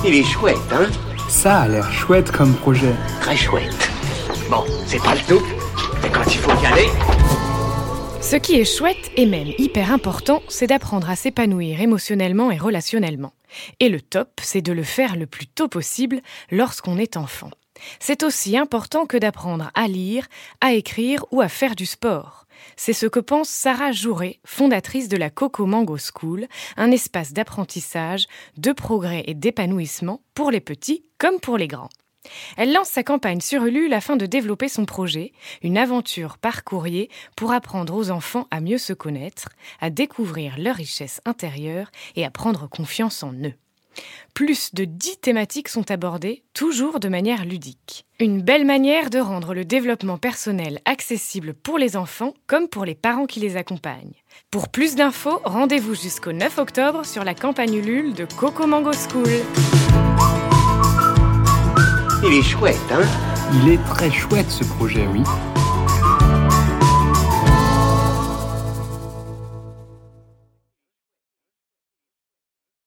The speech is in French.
Il est chouette, hein? Ça a l'air chouette comme projet. Très chouette. Bon, c'est pas le tout, mais quand il faut y aller... Ce qui est chouette et même hyper important, c'est d'apprendre à s'épanouir émotionnellement et relationnellement. Et le top, c'est de le faire le plus tôt possible lorsqu'on est enfant. C'est aussi important que d'apprendre à lire, à écrire ou à faire du sport. C'est ce que pense Sarah Jouré, fondatrice de la Coco Mango School, un espace d'apprentissage, de progrès et d'épanouissement pour les petits comme pour les grands. Elle lance sa campagne sur Ulule afin de développer son projet, une aventure par courrier pour apprendre aux enfants à mieux se connaître, à découvrir leur richesse intérieure et à prendre confiance en eux. Plus de 10 thématiques sont abordées, toujours de manière ludique. Une belle manière de rendre le développement personnel accessible pour les enfants comme pour les parents qui les accompagnent. Pour plus d'infos, rendez-vous jusqu'au 9 octobre sur la campagne Ulule de Coco Mango School. Il est chouette, hein? Il est très chouette ce projet, oui.